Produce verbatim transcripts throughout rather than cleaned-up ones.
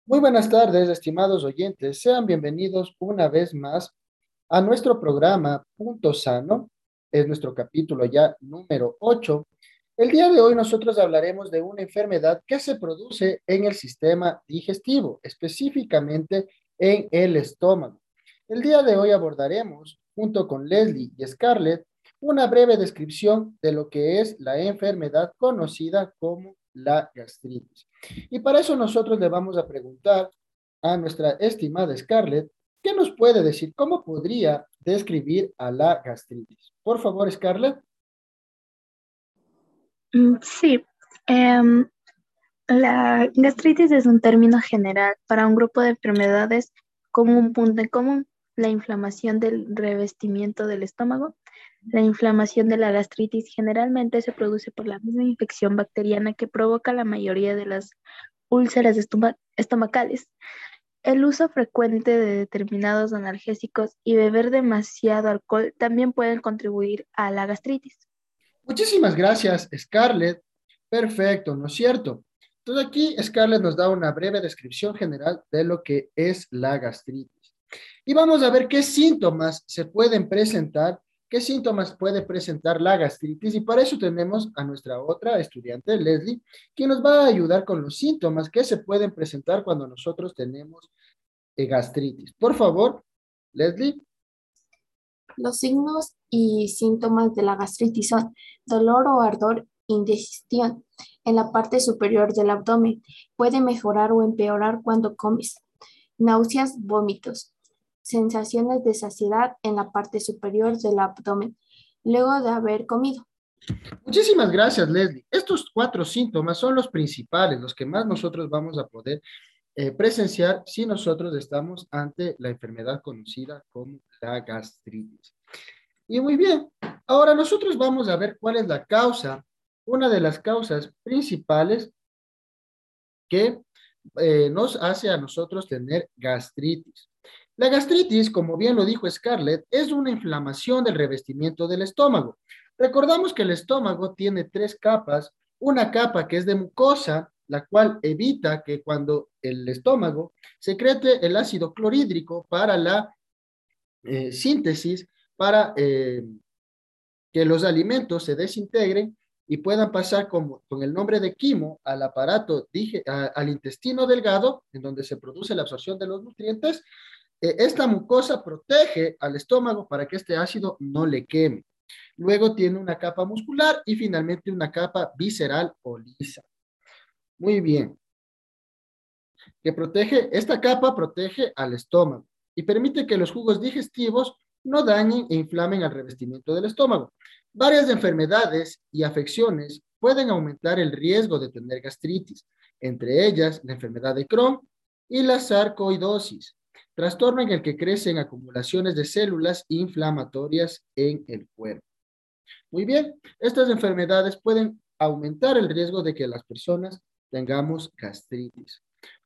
Muy buenas tardes, estimados oyentes. Sean bienvenidos una vez más a nuestro programa Punto Sano. Es nuestro capítulo ya número ocho. El día de hoy nosotros hablaremos de una enfermedad que se produce en el sistema digestivo, específicamente en el estómago. El día de hoy abordaremos, junto con Leslie y Scarlett, una breve descripción de lo que es la enfermedad conocida como la gastritis. Y para eso nosotros le vamos a preguntar a nuestra estimada Scarlett, ¿qué nos puede decir? ¿Cómo podría describir a la gastritis? Por favor, Scarlett. Mm, Sí, em, la gastritis es un término general para un grupo de enfermedades con un punto en común, la inflamación del revestimiento del estómago. La inflamación de la gastritis generalmente se produce por la misma infección bacteriana que provoca la mayoría de las úlceras estoma- estomacales. El uso frecuente de determinados analgésicos y beber demasiado alcohol también pueden contribuir a la gastritis. Muchísimas gracias, Scarlett. Perfecto, ¿no es cierto? Entonces aquí Scarlett nos da una breve descripción general de lo que es la gastritis. Y vamos a ver qué síntomas se pueden presentar, qué síntomas puede presentar la gastritis. Y para eso tenemos a nuestra otra estudiante, Leslie, quien nos va a ayudar con los síntomas que se pueden presentar cuando nosotros tenemos eh, gastritis. Por favor, Leslie. Los signos y síntomas de la gastritis son dolor o ardor, indigestión en la parte superior del abdomen. Puede mejorar o empeorar cuando comes. Náuseas, vómitos. Sensaciones de saciedad en la parte superior del abdomen luego de haber comido. Muchísimas gracias, Leslie. Estos cuatro síntomas son los principales, los que más nosotros vamos a poder eh, presenciar si nosotros estamos ante la enfermedad conocida como la gastritis. Y muy bien, ahora nosotros vamos a ver cuál es la causa, una de las causas principales que eh, nos hace a nosotros tener gastritis. La gastritis, como bien lo dijo Scarlett, es una inflamación del revestimiento del estómago. Recordamos que el estómago tiene tres capas, una capa que es de mucosa, la cual evita que cuando el estómago secrete el ácido clorhídrico para la eh, síntesis, para eh, que los alimentos se desintegren y puedan pasar como, con el nombre de quimo al aparato, dije, a, al intestino delgado, en donde se produce la absorción de los nutrientes. Eh, esta mucosa protege al estómago para que este ácido no le queme. Luego tiene una capa muscular y finalmente una capa visceral o lisa. Muy bien, que protege, esta capa protege al estómago y permite que los jugos digestivos no dañen e inflamen al revestimiento del estómago. Varias enfermedades y afecciones pueden aumentar el riesgo de tener gastritis, entre ellas la enfermedad de Crohn y la sarcoidosis, trastorno en el que crecen acumulaciones de células inflamatorias en el cuerpo. Muy bien, estas enfermedades pueden aumentar el riesgo de que las personas tengamos gastritis.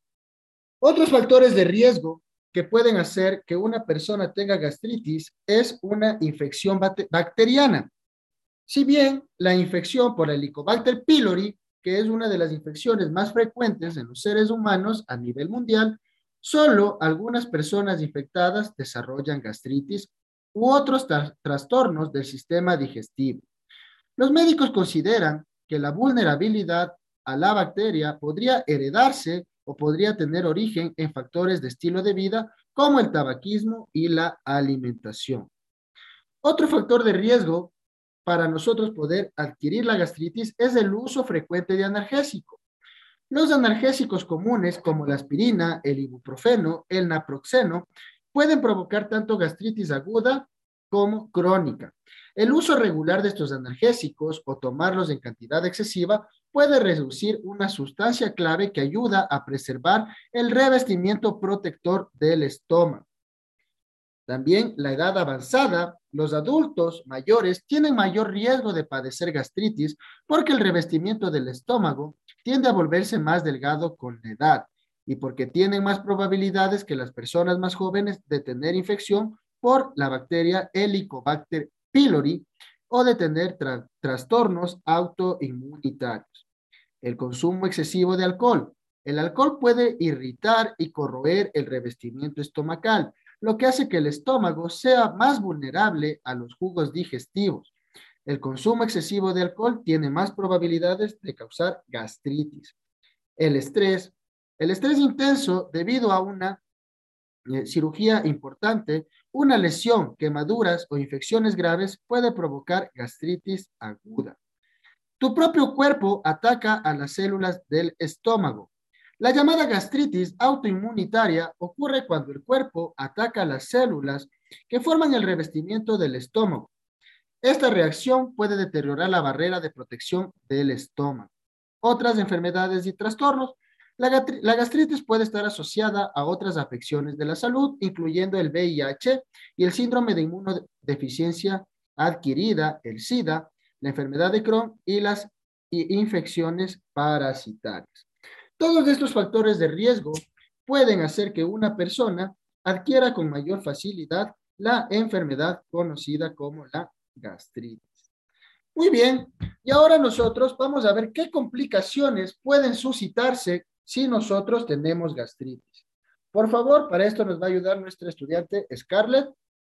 Otros factores de riesgo que pueden hacer que una persona tenga gastritis es una infección bacteriana. Si bien la infección por el Helicobacter pylori, que es una de las infecciones más frecuentes en los seres humanos a nivel mundial, solo algunas personas infectadas desarrollan gastritis u otros tra trastornos del sistema digestivo. Los médicos consideran que la vulnerabilidad a la bacteria podría heredarse o podría tener origen en factores de estilo de vida como el tabaquismo y la alimentación. Otro factor de riesgo para nosotros poder adquirir la gastritis es el uso frecuente de analgésicos. Los analgésicos comunes como la aspirina, el ibuprofeno, el naproxeno pueden provocar tanto gastritis aguda como crónica. El uso regular de estos analgésicos o tomarlos en cantidad excesiva puede reducir una sustancia clave que ayuda a preservar el revestimiento protector del estómago. También la edad avanzada, los adultos mayores tienen mayor riesgo de padecer gastritis porque el revestimiento del estómago tiende a volverse más delgado con la edad y porque tienen más probabilidades que las personas más jóvenes de tener infección por la bacteria Helicobacter pylori o de tener tra trastornos autoinmunitarios. El consumo excesivo de alcohol. El alcohol puede irritar y corroer el revestimiento estomacal, lo que hace que el estómago sea más vulnerable a los jugos digestivos. El consumo excesivo de alcohol tiene más probabilidades de causar gastritis. El estrés. El estrés intenso debido a una eh, cirugía importante, una lesión, quemaduras o infecciones graves puede provocar gastritis aguda. Tu propio cuerpo ataca a las células del estómago. La llamada gastritis autoinmunitaria ocurre cuando el cuerpo ataca a las células que forman el revestimiento del estómago. Esta reacción puede deteriorar la barrera de protección del estómago. Otras enfermedades y trastornos. La, la gastritis puede estar asociada a otras afecciones de la salud, incluyendo el V I H y el síndrome de inmunodeficiencia adquirida, el SIDA, la enfermedad de Crohn y las infecciones parasitarias. Todos estos factores de riesgo pueden hacer que una persona adquiera con mayor facilidad la enfermedad conocida como la gastritis. Muy bien, y ahora nosotros vamos a ver qué complicaciones pueden suscitarse si nosotros tenemos gastritis. Por favor, para esto nos va a ayudar nuestra estudiante Scarlett.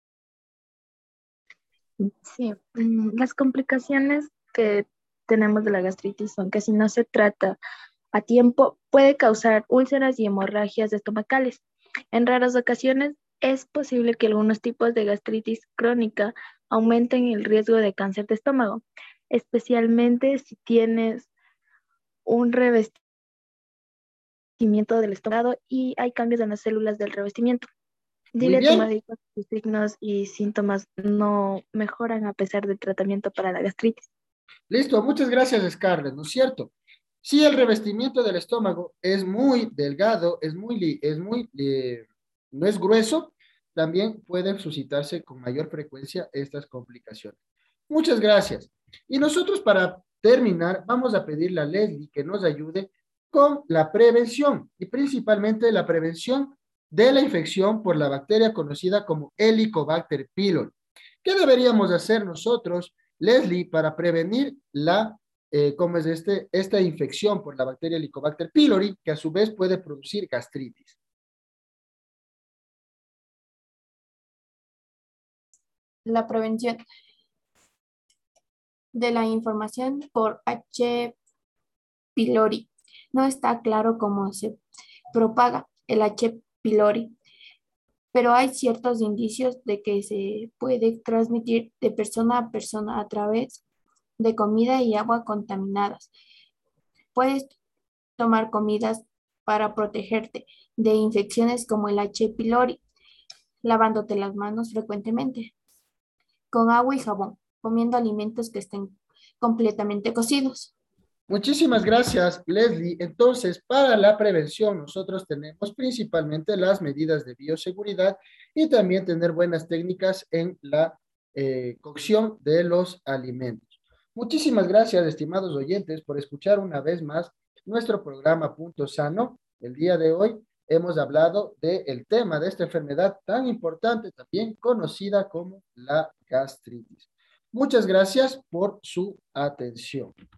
Sí, las complicaciones que tenemos de la gastritis son que si no se trata a tiempo puede causar úlceras y hemorragias estomacales. En raras ocasiones es posible que algunos tipos de gastritis crónica aumenten el riesgo de cáncer de estómago, especialmente si tienes un revestimiento del estómago y hay cambios en las células del revestimiento. Dile a tu médico que sus signos y síntomas no mejoran a pesar del tratamiento para la gastritis. Listo, muchas gracias, Scarlett, ¿no es cierto? Si el revestimiento del estómago es muy delgado, es muy, es muy, eh, no es grueso, también pueden suscitarse con mayor frecuencia estas complicaciones. Muchas gracias. Y nosotros para terminar vamos a pedirle a Leslie que nos ayude con la prevención y principalmente la prevención de la infección por la bacteria conocida como Helicobacter pylori. ¿Qué deberíamos hacer nosotros, Leslie, para prevenir la, eh, ¿cómo es este, esta infección por la bacteria Helicobacter pylori, que a su vez puede producir gastritis? La prevención de la infección por H. pylori. No está claro cómo se propaga el H. pylori, pero hay ciertos indicios de que se puede transmitir de persona a persona a través de comida y agua contaminadas. Puedes tomar comidas para protegerte de infecciones como el H. pylori, lavándote las manos frecuentemente con agua y jabón, comiendo alimentos que estén completamente cocidos. Muchísimas gracias, Leslie. Entonces, para la prevención, nosotros tenemos principalmente las medidas de bioseguridad y también tener buenas técnicas en la eh, cocción de los alimentos. Muchísimas gracias, estimados oyentes, por escuchar una vez más nuestro programa Punto Sano. El día de hoy hemos hablado del tema de esta enfermedad tan importante, también conocida como la gastritis. Muchas gracias por su atención.